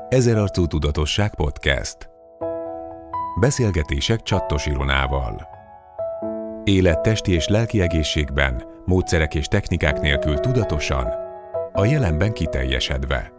Ezerarcú Tudatosság Podcast. Beszélgetések Csattos Ilonával. Élet testi és lelki egészségben, módszerek és technikák nélkül tudatosan, a jelenben kiteljesedve.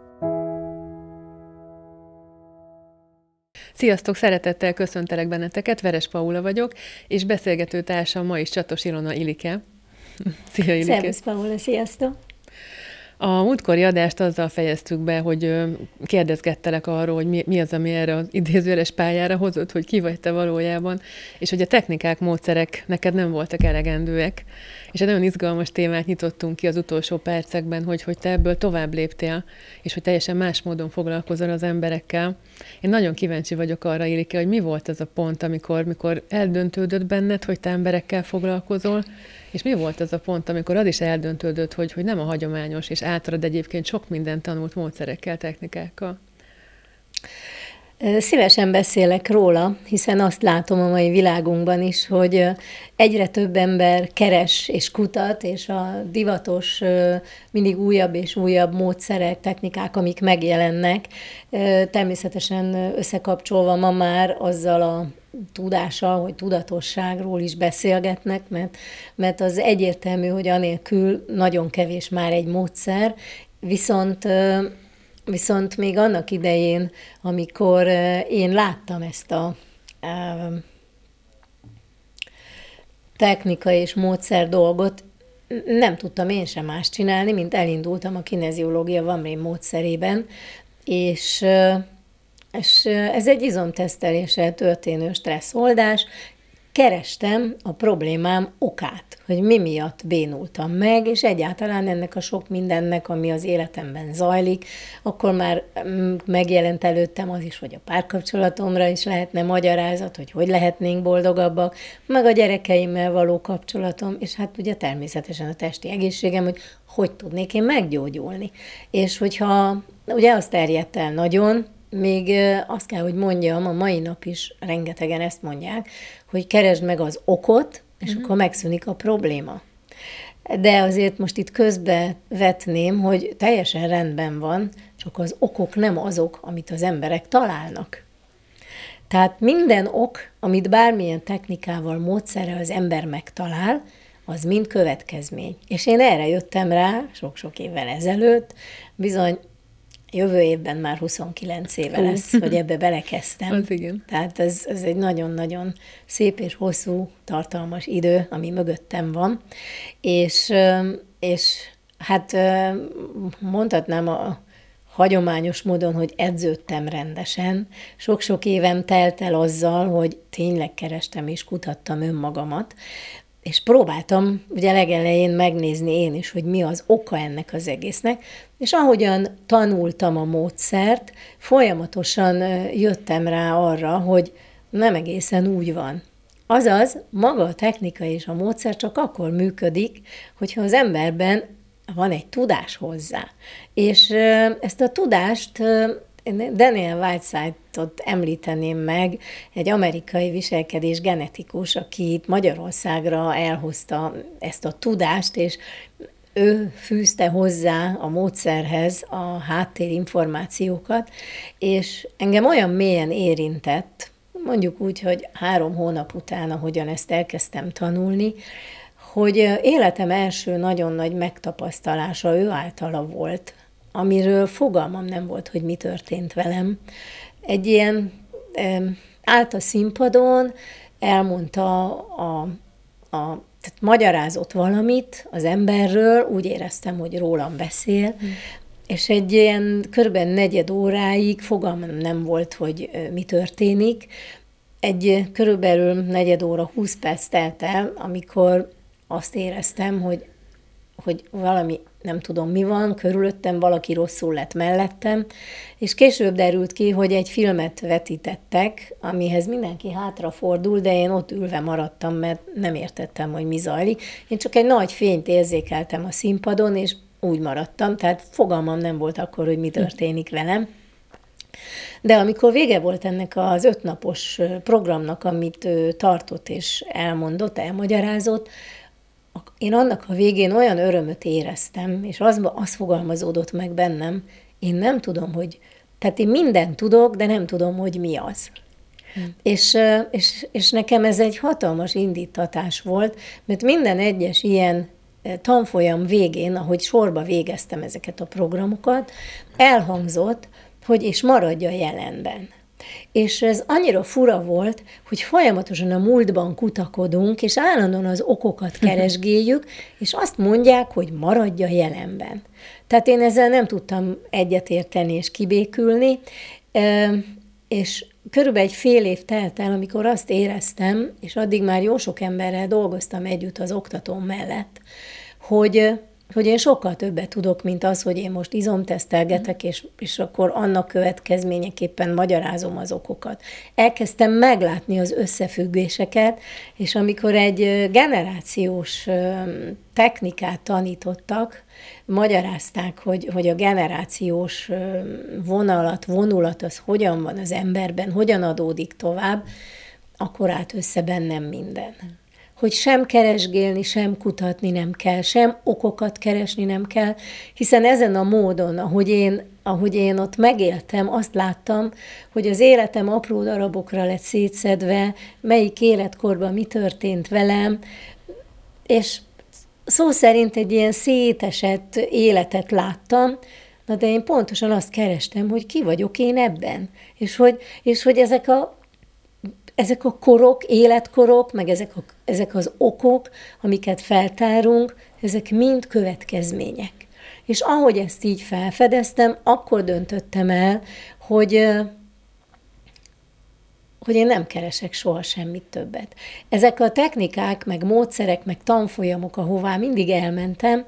Sziasztok! Szeretettel köszöntelek benneteket, Veres Paula vagyok, és beszélgető társam ma is Csatos Ilona Ilike. Szia, Ilike! Szervusz, Paula, sziasztok! A múltkori adást azzal fejeztük be, hogy kérdezgettelek arról, hogy mi az, ami erre az idézőjeles pályára hozott, hogy ki vagy te valójában, és hogy a technikák, módszerek neked nem voltak elegendőek. És egy nagyon izgalmas témát nyitottunk ki az utolsó percekben, hogy te ebből tovább léptél, és hogy teljesen más módon foglalkozol az emberekkel. Én nagyon kíváncsi vagyok arra, Ilike, hogy mi volt az a pont, amikor eldöntődött benned, hogy te emberekkel foglalkozol, és mi volt az a pont, amikor az is eldöntődött, hogy nem a hagyományos, és általad egyébként sok mindent tanult módszerekkel, technikákkal? Szívesen beszélek róla, hiszen azt látom a mai világunkban is, hogy egyre több ember keres és kutat, és a divatos, mindig újabb és újabb módszerek, technikák, amik megjelennek, természetesen összekapcsolva ma már azzal a tudással, hogy tudatosságról is beszélgetnek, mert az egyértelmű, hogy anélkül nagyon kevés már egy módszer, Viszont még annak idején, amikor én láttam ezt a technika és módszer dolgot, nem tudtam én sem más csinálni, mint elindultam a kineziológia Van Ryn módszerében, és ez egy izomteszteléssel történő stresszoldás. Kerestem a problémám okát, hogy mi miatt bénultam meg, és egyáltalán ennek a sok mindennek, ami az életemben zajlik, akkor már megjelent előttem az is, hogy a párkapcsolatomra is lehetne magyarázat, hogy lehetnénk boldogabbak, meg a gyerekeimmel való kapcsolatom, és hát ugye természetesen a testi egészségem, hogy tudnék én meggyógyulni. És hogyha ugye azt terjedt el nagyon, még azt kell, hogy mondjam, a mai nap is rengetegen ezt mondják, hogy keresd meg az okot, és akkor megszűnik a probléma. De azért most itt közbevetném, hogy teljesen rendben van, csak az okok nem azok, amit az emberek találnak. Tehát minden ok, amit bármilyen technikával, módszerrel az ember megtalál, az mind következmény. És én erre jöttem rá sok-sok évvel ezelőtt, bizony jövő évben már 29 éve lesz, hogy ebbe belekezdtem. Az igen. Tehát ez egy nagyon-nagyon szép és hosszú, tartalmas idő, ami mögöttem van. És hát mondhatnám a hagyományos módon, hogy edződtem rendesen. Sok-sok évem telt el azzal, hogy tényleg kerestem és kutattam önmagamat, és próbáltam ugye legelején megnézni én is, hogy mi az oka ennek az egésznek, és ahogyan tanultam a módszert, folyamatosan jöttem rá arra, hogy nem egészen úgy van. Azaz, maga a technika és a módszer csak akkor működik, hogyha az emberben van egy tudás hozzá. És ezt a tudást Daniel Whiteside-ot említeném meg, egy amerikai viselkedés genetikus, aki itt Magyarországra elhozta ezt a tudást, és ő fűzte hozzá a módszerhez a háttérinformációkat, és engem olyan mélyen érintett, mondjuk úgy, hogy 3 hónap után, ahogyan ezt elkezdtem tanulni, hogy életem első nagyon nagy megtapasztalása ő általa volt, amiről fogalmam nem volt, hogy mi történt velem. Egy ilyen állt a színpadon, elmondta tehát magyarázott valamit az emberről, úgy éreztem, hogy rólam beszél, és egy ilyen körülbelül 4 óráig fogalmam nem volt, hogy mi történik. Egy körülbelül 4 óra 20 perc telt el, amikor azt éreztem, hogy valami, nem tudom mi van, körülöttem, valaki rosszul lett mellettem, és később derült ki, hogy egy filmet vetítettek, amihez mindenki hátrafordul, de én ott ülve maradtam, mert nem értettem, hogy mi zajlik. Én csak egy nagy fényt érzékeltem a színpadon, és úgy maradtam, tehát fogalmam nem volt akkor, hogy mi történik velem. De amikor vége volt ennek az 5 napos programnak, amit tartott és elmondott, elmagyarázott, én annak a végén olyan örömöt éreztem, és az fogalmazódott meg bennem, én nem tudom, hogy Tehát én mindent tudok, de nem tudom, hogy mi az. És nekem ez egy hatalmas indítatás volt, mert minden egyes ilyen tanfolyam végén, ahogy sorba végeztem ezeket a programokat, elhangzott, hogy és maradj a jelenben. És ez annyira fura volt, hogy folyamatosan a múltban kutakodunk, és állandóan az okokat keresgéljük, és azt mondják, hogy maradj a jelenben. Tehát én ezzel nem tudtam egyetérteni és kibékülni, és körülbelül egy fél év telt el, amikor azt éreztem, és addig már jó sok emberrel dolgoztam együtt az oktatóm mellett, hogy én sokkal többet tudok, mint az, hogy én most izomtesztelgetek, és akkor annak következményeképpen magyarázom az okokat. Elkezdtem meglátni az összefüggéseket, és amikor egy generációs technikát tanítottak, magyarázták, hogy a generációs vonulat az hogyan van az emberben, hogyan adódik tovább, akkor állt össze bennem minden. Hogy sem keresgélni, sem kutatni nem kell, sem okokat keresni nem kell, hiszen ezen a módon, ahogy én ott megéltem, azt láttam, hogy az életem apró darabokra lett szétszedve, melyik életkorban mi történt velem, és szó szerint egy ilyen szétesett életet láttam, de én pontosan azt kerestem, hogy ki vagyok én ebben, és hogy ezek a korok, életkorok, meg ezek az okok, amiket feltárunk, ezek mind következmények. És ahogy ezt így felfedeztem, akkor döntöttem el, hogy én nem keresek soha semmit többet. Ezek a technikák, meg módszerek, meg tanfolyamok, ahová mindig elmentem,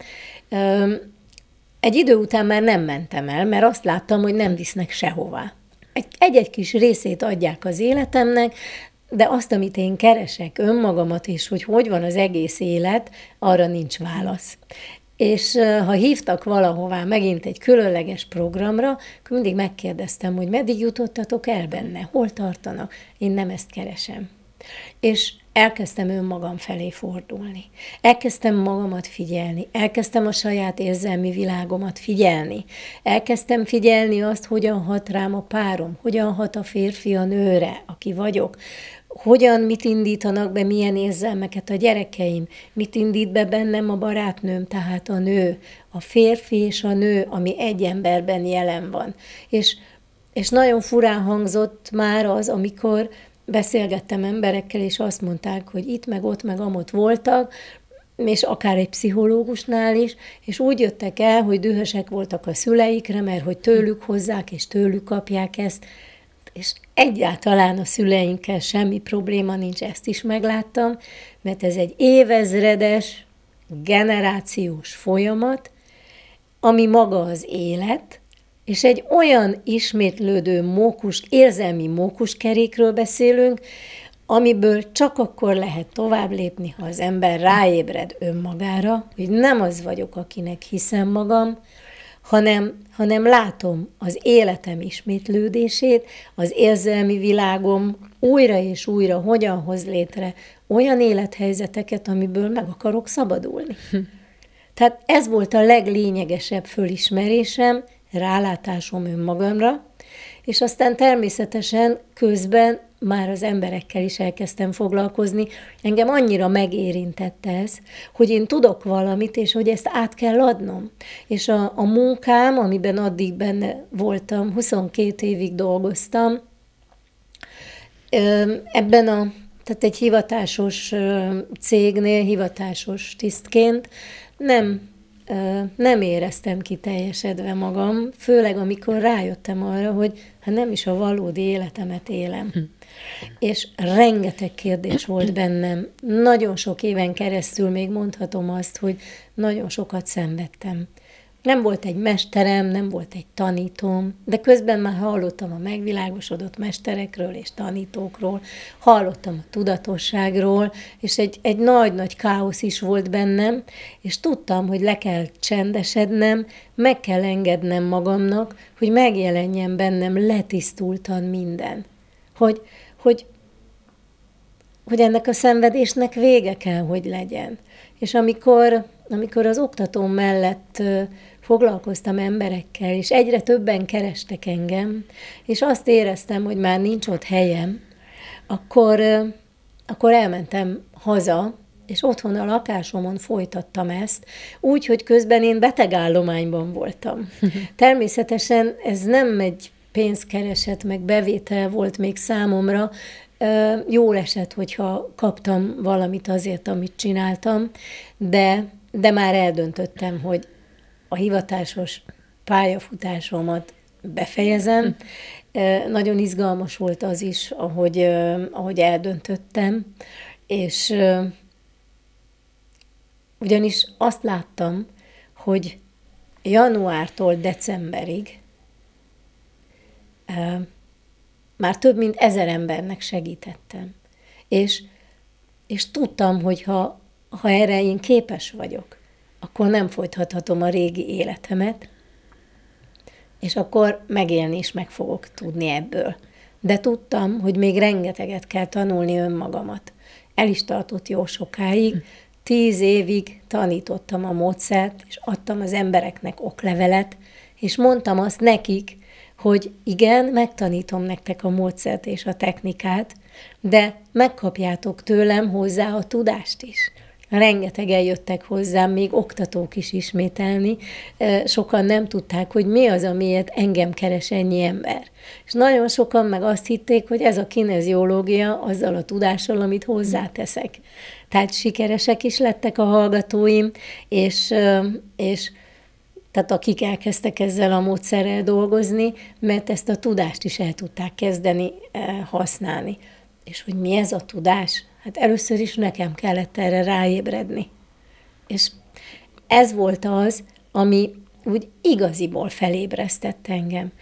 egy idő után már nem mentem el, mert azt láttam, hogy nem visznek sehová. Egy-egy kis részét adják az életemnek, de azt, amit én keresek, önmagamat, és hogy van az egész élet, arra nincs válasz. És ha hívtak valahová megint egy különleges programra, akkor mindig megkérdeztem, hogy meddig jutottatok el benne, hol tartanak. Én nem ezt keresem. És elkezdtem önmagam felé fordulni. Elkezdtem magamat figyelni. Elkezdtem a saját érzelmi világomat figyelni. Elkezdtem figyelni azt, hogyan hat rám a párom, hogyan hat a férfi a nőre, aki vagyok, mit indítanak be, milyen érzelmeket a gyerekeim, mit indít be bennem a barátnőm, tehát a nő, a férfi és a nő, ami egy emberben jelen van. És nagyon furán hangzott már az, amikor beszélgettem emberekkel, és azt mondták, hogy itt, meg ott, meg amott voltak, és akár egy pszichológusnál is, és úgy jöttek el, hogy dühösek voltak a szüleikre, mert hogy tőlük hozzák, és tőlük kapják ezt, és egyáltalán a szüleinkkel semmi probléma nincs, ezt is megláttam, mert ez egy évezredes, generációs folyamat, ami maga az élet, és egy olyan ismétlődő érzelmi mókuskerékről beszélünk, amiből csak akkor lehet tovább lépni, ha az ember ráébred önmagára, hogy nem az vagyok, akinek hiszem magam, hanem látom az életem ismétlődését, az érzelmi világom újra és újra hogyan hoz létre olyan élethelyzeteket, amiből meg akarok szabadulni. Tehát ez volt a leglényegesebb fölismerésem, rálátásom önmagamra, és aztán természetesen közben már az emberekkel is elkezdtem foglalkozni. Engem annyira megérintett ez, hogy én tudok valamit, és hogy ezt át kell adnom. És a munkám, amiben addig benne voltam, 22 évig dolgoztam, tehát egy hivatásos cégnél, hivatásos tisztként nem éreztem kiteljesedve magam, főleg amikor rájöttem arra, hogy nem is a valódi életemet élem. És rengeteg kérdés volt bennem. Nagyon sok éven keresztül még mondhatom azt, hogy nagyon sokat szenvedtem. Nem volt egy mesterem, nem volt egy tanítóm, de közben már hallottam a megvilágosodott mesterekről és tanítókról, hallottam a tudatosságról, és egy nagy-nagy káosz is volt bennem, és tudtam, hogy le kell csendesednem, meg kell engednem magamnak, hogy megjelenjen bennem letisztultan minden. Hogy ennek a szenvedésnek vége kell, hogy legyen. És amikor amikor az oktatóm mellett foglalkoztam emberekkel, és egyre többen kerestek engem, és azt éreztem, hogy már nincs ott helyem, akkor elmentem haza, és otthon a lakásomon folytattam ezt, úgy, hogy közben én betegállományban voltam. Természetesen ez nem egy pénzkereset, meg bevétel volt még számomra, jól esett, hogyha kaptam valamit azért, amit csináltam, de már eldöntöttem, hogy a hivatásos pályafutásomat befejezem. Nagyon izgalmas volt az is, ahogy eldöntöttem, és ugyanis azt láttam, hogy januártól decemberig már több mint 1000 embernek segítettem. És tudtam, hogy ha erre én képes vagyok, akkor nem folytathatom a régi életemet, és akkor megélni is meg fogok tudni ebből. De tudtam, hogy még rengeteget kell tanulni önmagamat. El is tartott jó sokáig, 10 évig tanítottam a módszert, és adtam az embereknek oklevelet, és mondtam azt nekik, hogy igen, megtanítom nektek a módszert és a technikát, de megkapjátok tőlem hozzá a tudást is. Rengetegen jöttek hozzám, még oktatók is ismételni, sokan nem tudták, hogy mi az, amiért engem keres ennyi ember. És nagyon sokan meg azt hitték, hogy ez a kineziológia azzal a tudással, amit hozzáteszek. Tehát sikeresek is lettek a hallgatóim, és tehát akik elkezdtek ezzel a módszerrel dolgozni, mert ezt a tudást is el tudták kezdeni használni. És hogy mi ez a tudás? Hát először is nekem kellett erre ráébredni. És ez volt az, ami úgy igaziból felébresztett engem.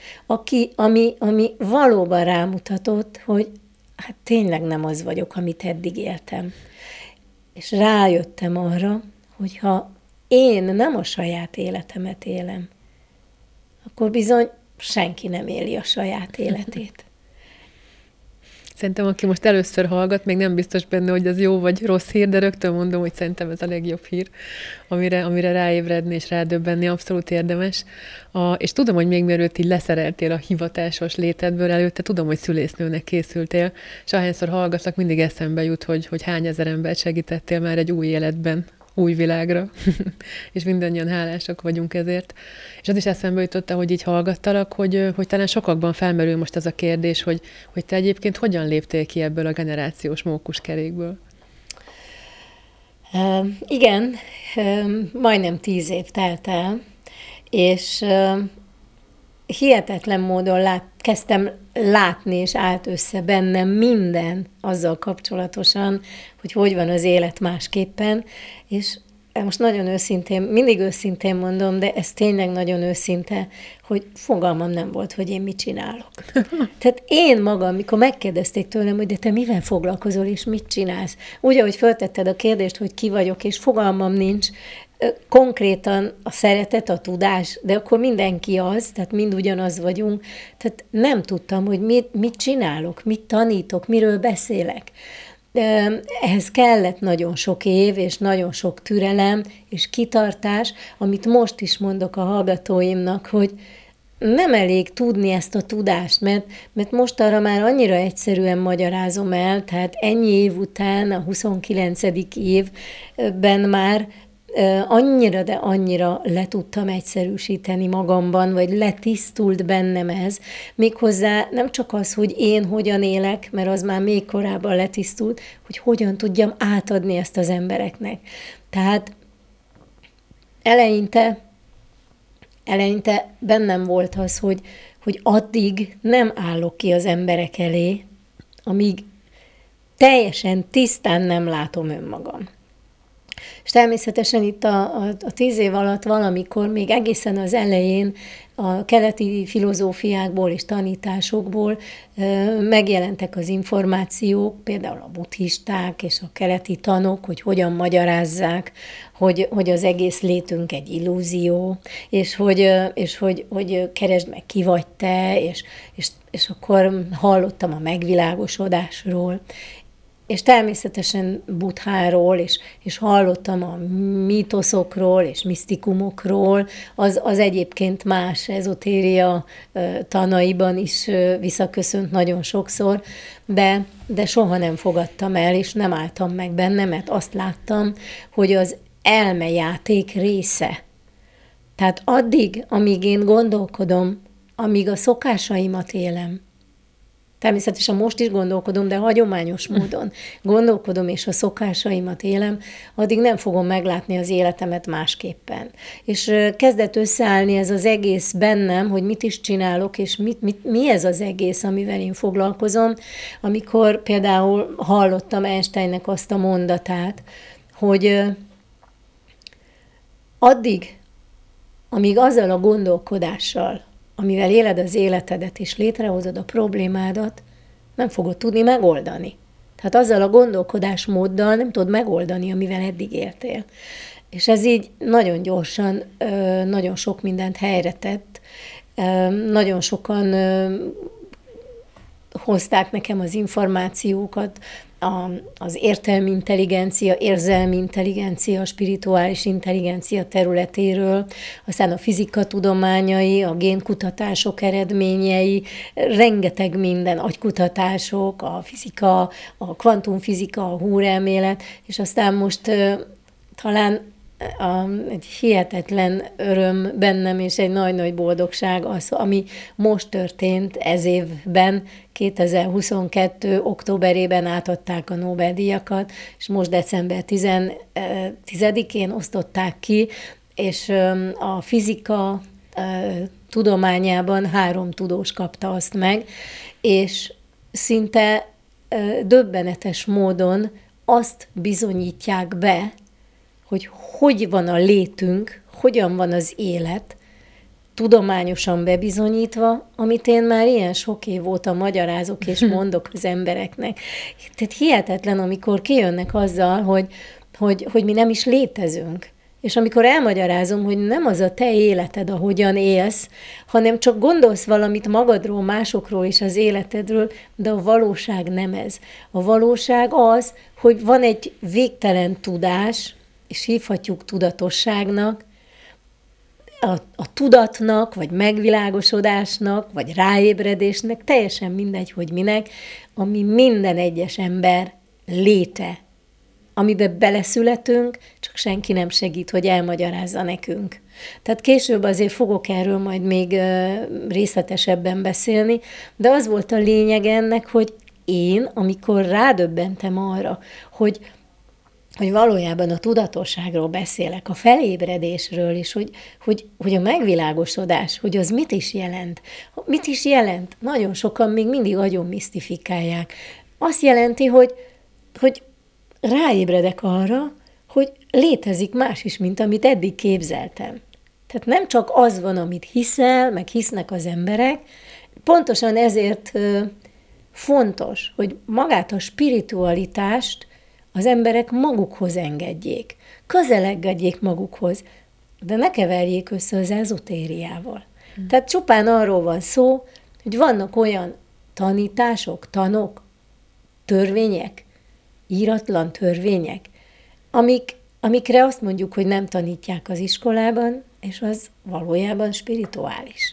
Ami valóban rámutatott, hogy hát tényleg nem az vagyok, amit eddig éltem. És rájöttem arra, hogy ha én nem a saját életemet élem, akkor bizony senki nem éli a saját életét. Szerintem, aki most először hallgat, még nem biztos benne, hogy ez jó vagy rossz hír, de rögtön mondom, hogy szerintem ez a legjobb hír, amire ráébredni és rádöbbenni abszolút érdemes. És tudom, hogy még mielőtt így leszereltél a hivatásos létedből, előtte tudom, hogy szülésznőnek készültél, és ahányszor hallgatlak, mindig eszembe jut, hogy hány ezer embert segítettél már egy új életben, új világra, és mindannyian hálásak vagyunk ezért. És az is eszembe jutott, hogy így hallgattalak, hogy talán sokakban felmerül most az a kérdés, hogy te egyébként hogyan léptél ki ebből a generációs mókuskerékből? Igen, majdnem 10 év telt el, és hihetetlen módon kezdtem látni, és állt össze bennem minden azzal kapcsolatosan, hogy van az élet másképpen, és most nagyon őszintén, mindig őszintén mondom, de ez tényleg nagyon őszinte, hogy fogalmam nem volt, hogy én mit csinálok. Tehát én magam, mikor megkérdezték tőlem, hogy de te mivel foglalkozol, és mit csinálsz? Úgy, ahogy föltetted a kérdést, hogy ki vagyok, és fogalmam nincs, konkrétan a szeretet, a tudás, de akkor mindenki az, tehát mind ugyanaz vagyunk, tehát nem tudtam, hogy mit csinálok, mit tanítok, miről beszélek. Ehhez kellett nagyon sok év, és nagyon sok türelem, és kitartás, amit most is mondok a hallgatóimnak, hogy nem elég tudni ezt a tudást, mert most arra már annyira egyszerűen magyarázom el, tehát ennyi év után, a 29. évben már annyira, de annyira le tudtam egyszerűsíteni magamban, vagy letisztult bennem ez, méghozzá nem csak az, hogy én hogyan élek, mert az már még korábban letisztult, hogy hogyan tudjam átadni ezt az embereknek. Tehát eleinte bennem volt az, hogy addig nem állok ki az emberek elé, amíg teljesen tisztán nem látom önmagam. És természetesen itt a 10 év alatt valamikor, még egészen az elején a keleti filozófiákból és tanításokból megjelentek az információk, például a buddhisták és a keleti tanok, hogy hogyan magyarázzák, hogy az egész létünk egy illúzió, és hogy keresd meg, ki vagy te, és akkor hallottam a megvilágosodásról. És természetesen Buddháról, és hallottam a mítoszokról és misztikumokról, az egyébként más ezotéria tanaiban is visszaköszönt nagyon sokszor, de soha nem fogadtam el, és nem álltam meg benne, mert azt láttam, hogy az elmejáték része. Tehát addig, amíg én gondolkodom, amíg a szokásaimat élem, természetesen most is gondolkodom, de hagyományos módon gondolkodom, és a szokásaimat élem, addig nem fogom meglátni az életemet másképpen. És kezdett összeállni ez az egész bennem, hogy mit is csinálok, és mi ez az egész, amivel én foglalkozom, amikor például hallottam Einsteinnek azt a mondatát, hogy addig, amíg azzal a gondolkodással, amivel éled az életedet és létrehozod a problémádat, nem fogod tudni megoldani. Tehát azzal a gondolkodásmóddal nem tudod megoldani, amivel eddig éltél. És ez így nagyon gyorsan, nagyon sok mindent helyre tett. Nagyon sokan hozták nekem az információkat, az értelmi intelligencia, érzelmi intelligencia, a spirituális intelligencia területéről, aztán a fizika tudományai, a génkutatások eredményei, rengeteg minden, agykutatások, a fizika, a kvantumfizika, a húrelmélet, és aztán most talán egy hihetetlen öröm bennem, és egy nagy-nagy boldogság az, ami most történt ez évben, 2022. októberében átadták a Nobel-díjakat, és most december 10-én osztották ki, és a fizika tudományában 3 tudós kapta azt meg, és szinte döbbenetes módon azt bizonyítják be, hogy van a létünk, hogyan van az élet, tudományosan bebizonyítva, amit én már ilyen sok év óta magyarázok és mondok az embereknek. Tehát hihetetlen, amikor kijönnek azzal, hogy mi nem is létezünk. És amikor elmagyarázom, hogy nem az a te életed, ahogyan élsz, hanem csak gondolsz valamit magadról, másokról és az életedről, de a valóság nem ez. A valóság az, hogy van egy végtelen tudás, és hívhatjuk tudatosságnak, a tudatnak, vagy megvilágosodásnak, vagy ráébredésnek, teljesen mindegy, hogy minek, ami minden egyes ember léte, amiben beleszületünk, csak senki nem segít, hogy elmagyarázza nekünk. Tehát később azért fogok erről majd még részletesebben beszélni, de az volt a lényeg ennek, hogy én, amikor rádöbbentem arra, hogy valójában a tudatosságról beszélek, a felébredésről is, hogy a megvilágosodás, hogy az mit is jelent. Mit is jelent? Nagyon sokan még mindig nagyon misztifikálják. Azt jelenti, hogy ráébredek arra, hogy létezik más is, mint amit eddig képzeltem. Tehát nem csak az van, amit hiszel, meg hisznek az emberek, pontosan ezért fontos, hogy magát a spiritualitást az emberek magukhoz engedjék, közelegedjék magukhoz, de ne keverjék össze az ezotériával. Tehát csupán arról van szó, hogy vannak olyan tanítások, tanok, törvények, íratlan törvények, amikre azt mondjuk, hogy nem tanítják az iskolában, és az valójában spirituális.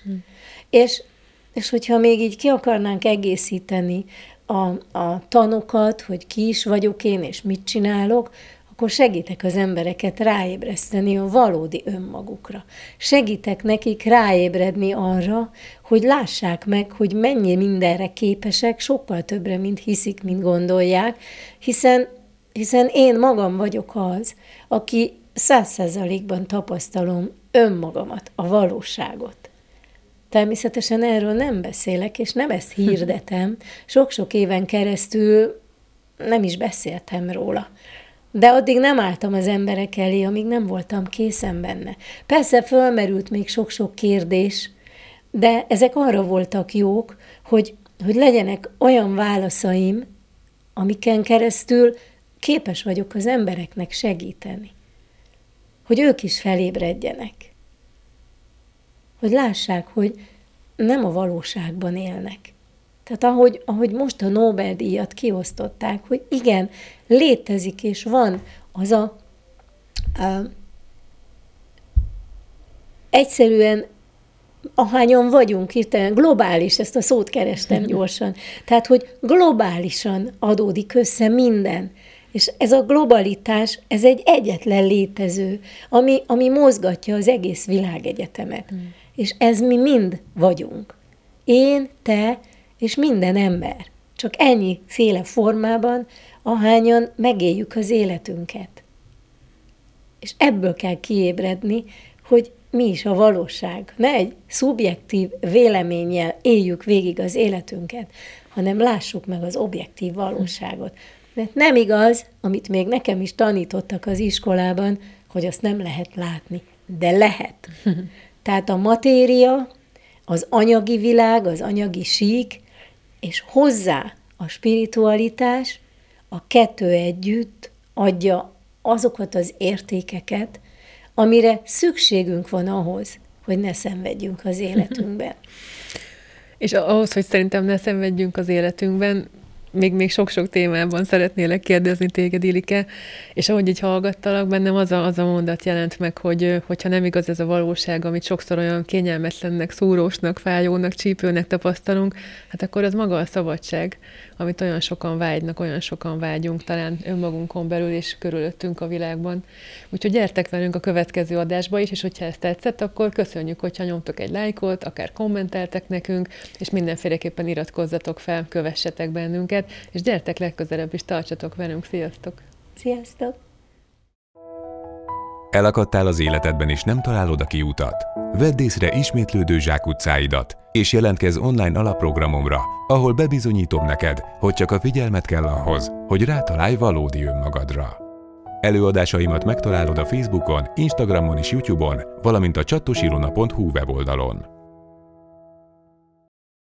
És hogyha még így ki akarnánk egészíteni a tanokat, hogy ki is vagyok én, és mit csinálok, akkor segítek az embereket ráébreszteni a valódi önmagukra. Segítek nekik ráébredni arra, hogy lássák meg, hogy mennyi mindenre képesek, sokkal többre, mint hiszik, mint gondolják, hiszen én magam vagyok az, aki 100%-ban tapasztalom önmagamat, a valóságot. Természetesen erről nem beszélek, és nem ezt hirdetem. Sok-sok éven keresztül nem is beszéltem róla. De addig nem álltam az emberek elé, amíg nem voltam készen benne. Persze fölmerült még sok-sok kérdés, de ezek arra voltak jók, hogy legyenek olyan válaszaim, amiken keresztül képes vagyok az embereknek segíteni. Hogy ők is felébredjenek. Hogy lássák, hogy nem a valóságban élnek, Tehát ahogy most a Nobel-díjat kiosztották, hogy igen, létezik és van az egyszerűen ahányan vagyunk hirtelen, globális, ezt a szót kerestem gyorsan. Tehát, hogy globálisan adódik össze minden. És ez a globalitás, ez egy egyetlen létező, ami mozgatja az egész világegyetemet. És ez mi mind vagyunk. Én, te és minden ember. Csak ennyiféle formában, ahányan megéljük az életünket. És ebből kell kiébredni, hogy mi is a valóság. Ne egy szubjektív véleménnyel éljük végig az életünket, hanem lássuk meg az objektív valóságot. Mert nem igaz, amit még nekem is tanítottak az iskolában, hogy azt nem lehet látni. De lehet. Tehát a matéria, az anyagi világ, az anyagi sík, és hozzá a spiritualitás, a kettő együtt adja azokat az értékeket, amire szükségünk van ahhoz, hogy ne szenvedjünk az életünkben. És ahhoz, hogy szerintem ne szenvedjünk az életünkben, még sok-sok témában szeretnélek kérdezni téged, Ilike, és ahogy így hallgattalak, bennem az a mondat jelent meg, hogyha nem igaz ez a valóság, amit sokszor olyan kényelmetlennek, szúrósnak, fájónak, csípőnek tapasztalunk, hát akkor az maga a szabadság, amit olyan sokan vágynak, olyan sokan vágyunk, talán önmagunkon belül és körülöttünk a világban. Úgyhogy gyertek velünk a következő adásba is, és hogyha ez tetszett, akkor köszönjük, hogyha nyomtok egy lájkot, akár kommenteltek nekünk, és mindenféleképpen iratkozzatok fel, kövessetek bennünket, és gyertek legközelebb is, tartsatok velünk. Sziasztok! Sziasztok! Elakadtál az életedben és nem találod a kiutat? Vedd észre ismétlődő zsákutcáidat, és jelentkezz online alapprogramomra, ahol bebizonyítom neked, hogy csak a figyelmet kell ahhoz, hogy rátalálj valódi önmagadra. Előadásaimat megtalálod a Facebookon, Instagramon és YouTube-on, valamint a csattosirona.hu weboldalon.